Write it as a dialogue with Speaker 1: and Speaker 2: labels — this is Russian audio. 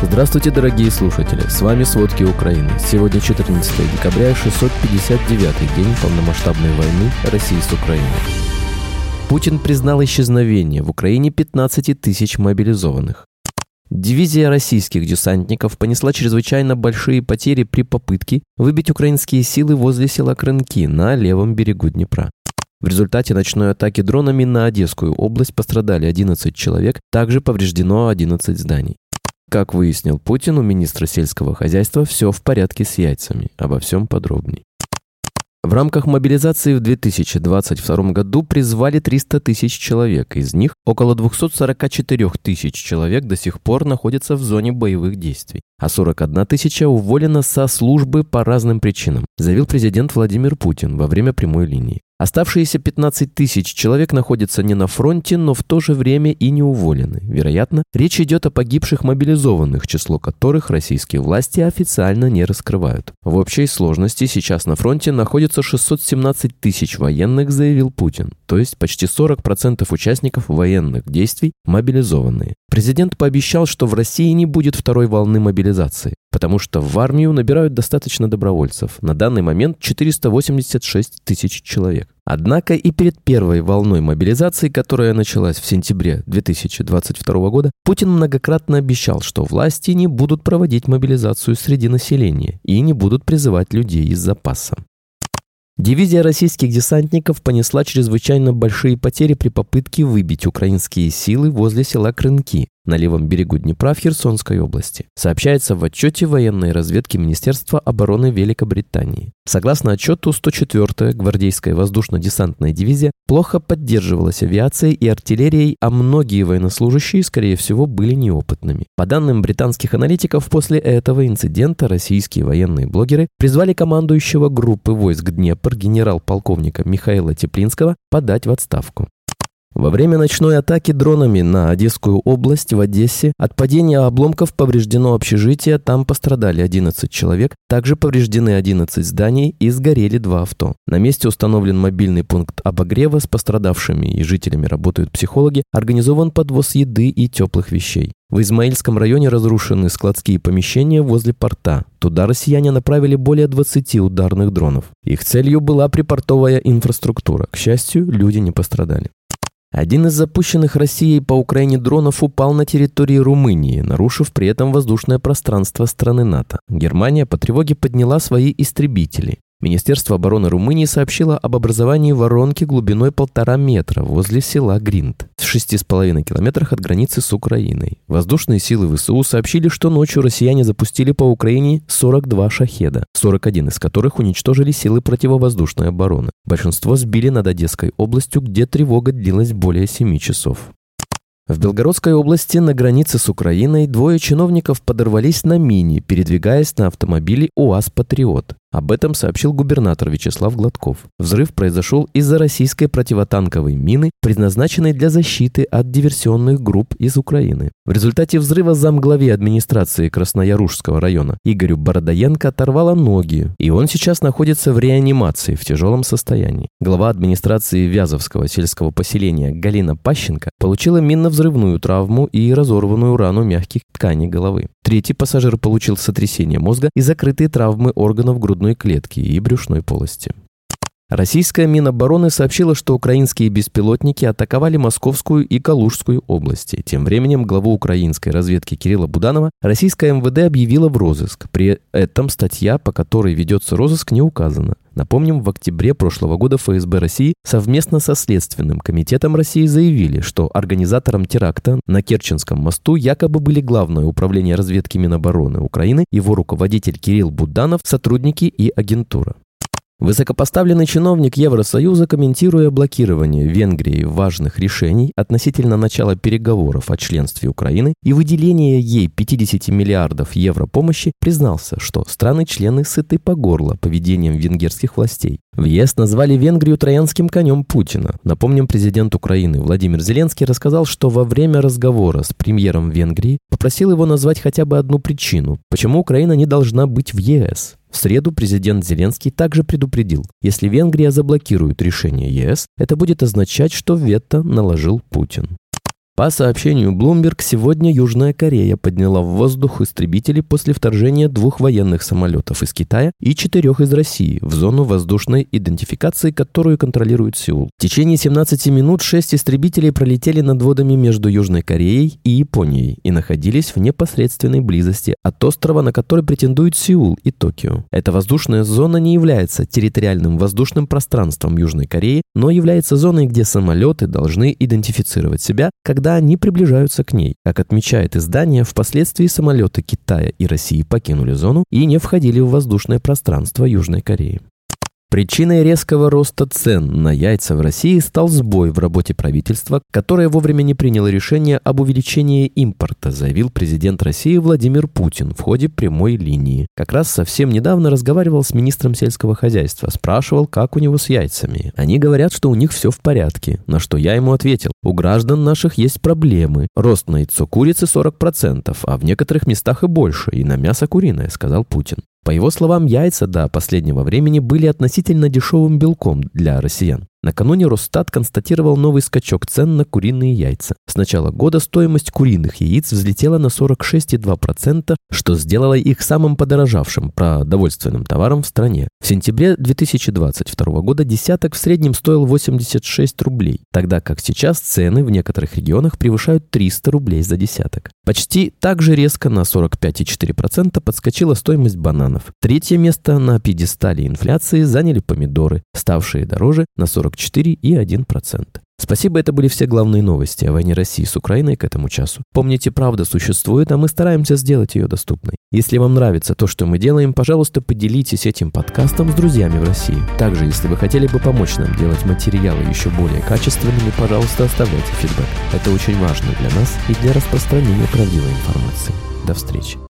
Speaker 1: Здравствуйте, дорогие слушатели! С вами «Сводки Украины». Сегодня 14 декабря, 659-й день полномасштабной войны России с Украиной. Путин признал исчезновение в Украине 15 тысяч мобилизованных. Дивизия российских десантников понесла чрезвычайно большие потери при попытке выбить украинские силы возле села Крынки на левом берегу Днепра. В результате ночной атаки дронами на Одесскую область пострадали 11 человек, также повреждено 11 зданий. Как выяснил Путин, у министра сельского хозяйства все в порядке с яйцами. Обо всем подробней. В рамках мобилизации в 2022 году призвали 300 тысяч человек. Из них около 244 тысяч человек до сих пор находятся в зоне боевых действий, а 41 тысяча уволена со службы по разным причинам, заявил президент Владимир Путин во время прямой линии. Оставшиеся 15 тысяч человек находятся не на фронте, но в то же время и не уволены. Вероятно, речь идет о погибших мобилизованных, число которых российские власти официально не раскрывают. В общей сложности сейчас на фронте находится 617 тысяч военных, заявил Путин. То есть почти 40% участников военных действий мобилизованные. Президент пообещал, что в России не будет второй волны мобилизации, потому что в армию набирают достаточно добровольцев. На данный момент 486 тысяч человек. Однако и перед первой волной мобилизации, которая началась в сентябре 2022 года, Путин многократно обещал, что власти не будут проводить мобилизацию среди населения и не будут призывать людей из запаса. Дивизия российских десантников понесла чрезвычайно большие потери при попытке выбить украинские силы возле села Крынки на левом берегу Днепра в Херсонской области, сообщается в отчете военной разведки Министерства обороны Великобритании. Согласно отчету, 104-я гвардейская воздушно-десантная дивизия плохо поддерживалась авиацией и артиллерией, а многие военнослужащие, скорее всего, были неопытными. По данным британских аналитиков, после этого инцидента российские военные блогеры призвали командующего группы войск Днепр генерал-полковника Михаила Теплинского подать в отставку. Во время ночной атаки дронами на Одесскую область в Одессе от падения обломков повреждено общежитие, там пострадали 11 человек, также повреждены 11 зданий и сгорели 2 авто. На месте установлен мобильный пункт обогрева, с пострадавшими и жителями работают психологи, организован подвоз еды и теплых вещей. В Измаильском районе разрушены складские помещения возле порта. Туда россияне направили более 20 ударных дронов. Их целью была припортовая инфраструктура. К счастью, люди не пострадали. Один из запущенных Россией по Украине дронов упал на территории Румынии, нарушив при этом воздушное пространство страны НАТО. Германия по тревоге подняла свои истребители. Министерство обороны Румынии сообщило об образовании воронки глубиной 1,5 метра возле села Гринт, в 6,5 километрах от границы с Украиной. Воздушные силы ВСУ сообщили, что ночью россияне запустили по Украине 42 шахеда, 41 из которых уничтожили силы противовоздушной обороны. Большинство сбили над Одесской областью, где тревога длилась более 7 часов. В Белгородской области на границе с Украиной 2 чиновников подорвались на мине, передвигаясь на автомобиле УАЗ «Патриот». Об этом сообщил губернатор Вячеслав Гладков. Взрыв произошел из-за российской противотанковой мины, предназначенной для защиты от диверсионных групп из Украины. В результате взрыва замглаве администрации Красноярушского района Игорю Бородоенко оторвало ноги, и он сейчас находится в реанимации в тяжелом состоянии. Глава администрации Вязовского сельского поселения Галина Пащенко получила минно-взрывную травму и разорванную рану мягких тканей головы. 3-й пассажир получил сотрясение мозга и закрытые травмы органов грудной клетки и брюшной полости. Российская Минобороны сообщила, что украинские беспилотники атаковали Московскую и Калужскую области. Тем временем главу украинской разведки Кирилла Буданова российская МВД объявила в розыск. При этом статья, по которой ведется розыск, не указана. Напомним, в октябре прошлого года ФСБ России совместно со Следственным комитетом России заявили, что организатором теракта на Керченском мосту якобы были Главное управление разведки Минобороны Украины, его руководитель Кирилл Буданов, сотрудники и агентура. Высокопоставленный чиновник Евросоюза, комментируя блокирование Венгрии важных решений относительно начала переговоров о членстве Украины и выделения ей 50 миллиардов евро помощи, признался, что страны-члены сыты по горло поведением венгерских властей. В ЕС назвали Венгрию троянским конем Путина. Напомним, президент Украины Владимир Зеленский рассказал, что во время разговора с премьером Венгрии попросил его назвать хотя бы одну причину, почему Украина не должна быть в ЕС. В среду президент Зеленский также предупредил, если Венгрия заблокирует решение ЕС, это будет означать, что вето наложил Путин. По сообщению Bloomberg, сегодня Южная Корея подняла в воздух истребители после вторжения 2 военных самолетов из Китая и 4 из России в зону воздушной идентификации, которую контролирует Сеул. В течение 17 минут 6 истребителей пролетели над водами между Южной Кореей и Японией и находились в непосредственной близости от острова, на который претендуют Сеул и Токио. Эта воздушная зона не является территориальным воздушным пространством Южной Кореи, но является зоной, где самолеты должны идентифицировать себя, когда они приближаются к ней. Как отмечает издание, впоследствии самолеты Китая и России покинули зону и не входили в воздушное пространство Южной Кореи. Причиной резкого роста цен на яйца в России стал сбой в работе правительства, которое вовремя не приняло решение об увеличении импорта, заявил президент России Владимир Путин в ходе прямой линии. Как раз совсем недавно разговаривал с министром сельского хозяйства, спрашивал, как у него с яйцами. Они говорят, что у них все в порядке, на что я ему ответил: у граждан наших есть проблемы. Рост на яйцо курицы 40%, а в некоторых местах и больше, и на мясо куриное, сказал Путин. По его словам, яйца до последнего времени были относительно дешевым белком для россиян. Накануне Росстат констатировал новый скачок цен на куриные яйца. С начала года стоимость куриных яиц взлетела на 46,2%, что сделало их самым подорожавшим продовольственным товаром в стране. В сентябре 2022 года десяток в среднем стоил 86 рублей, тогда как сейчас цены в некоторых регионах превышают 300 рублей за десяток. Почти так же резко на 45,4% подскочила стоимость бананов. Третье место на пьедестале инфляции заняли помидоры, ставшие дороже на 44,1%. Спасибо, это были все главные новости о войне России с Украиной к этому часу. Помните, правда существует, а мы стараемся сделать ее доступной. Если вам нравится то, что мы делаем, пожалуйста, поделитесь этим подкастом с друзьями в России. Также, если вы хотели бы помочь нам делать материалы еще более качественными, пожалуйста, оставляйте фидбэк. Это очень важно для нас и для распространения правдивой информации. До встречи.